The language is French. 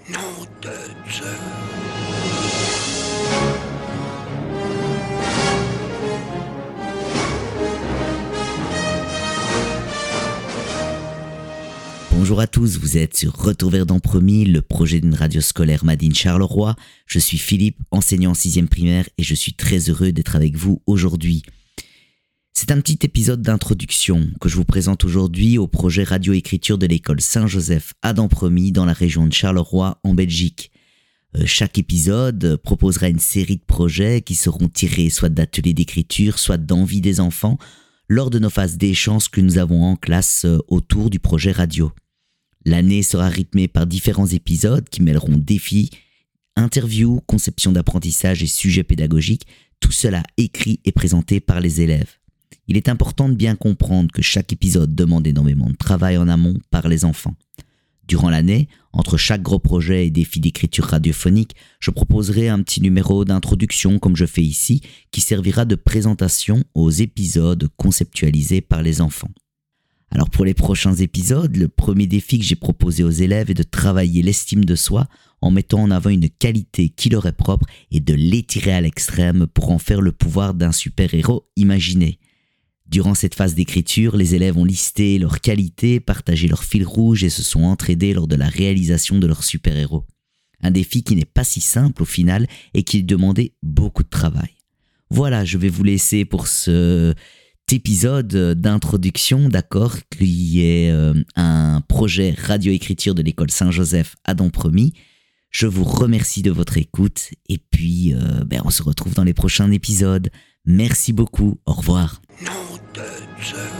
Nom de Dieu. Bonjour à tous, vous êtes sur Retour vers Dampremy, le projet d'une radio scolaire Made in Charleroi. Je suis Philippe, enseignant en 6e primaire et je suis très heureux d'être avec vous aujourd'hui. C'est un petit épisode d'introduction que je vous présente aujourd'hui au projet radio-écriture de l'école Saint-Joseph à Dampremy dans la région de Charleroi en Belgique. Chaque épisode proposera une série de projets qui seront tirés soit d'ateliers d'écriture, soit d'envie des enfants lors de nos phases d'échange que nous avons en classe autour du projet radio. L'année sera rythmée par différents épisodes qui mêleront défis, interviews, conception d'apprentissage et sujets pédagogiques, tout cela écrit et présenté par les élèves. Il est important de bien comprendre que chaque épisode demande énormément de travail en amont par les enfants. Durant l'année, entre chaque gros projet et défi d'écriture radiophonique, je proposerai un petit numéro d'introduction comme je fais ici, qui servira de présentation aux épisodes conceptualisés par les enfants. Alors pour les prochains épisodes, le premier défi que j'ai proposé aux élèves est de travailler l'estime de soi en mettant en avant une qualité qui leur est propre et de l'étirer à l'extrême pour en faire le pouvoir d'un super-héros imaginé. Durant cette phase d'écriture, les élèves ont listé leurs qualités, partagé leur fil rouge et se sont entraidés lors de la réalisation de leur super-héros. Un défi qui n'est pas si simple au final et qui demandait beaucoup de travail. Voilà, je vais vous laisser pour cet épisode d'introduction, d'accord, qui est un projet radio-écriture de l'école Saint-Joseph à Dampremy. Je vous remercie de votre écoute et puis on se retrouve dans les prochains épisodes. Merci beaucoup, au revoir. Nom de Dieu.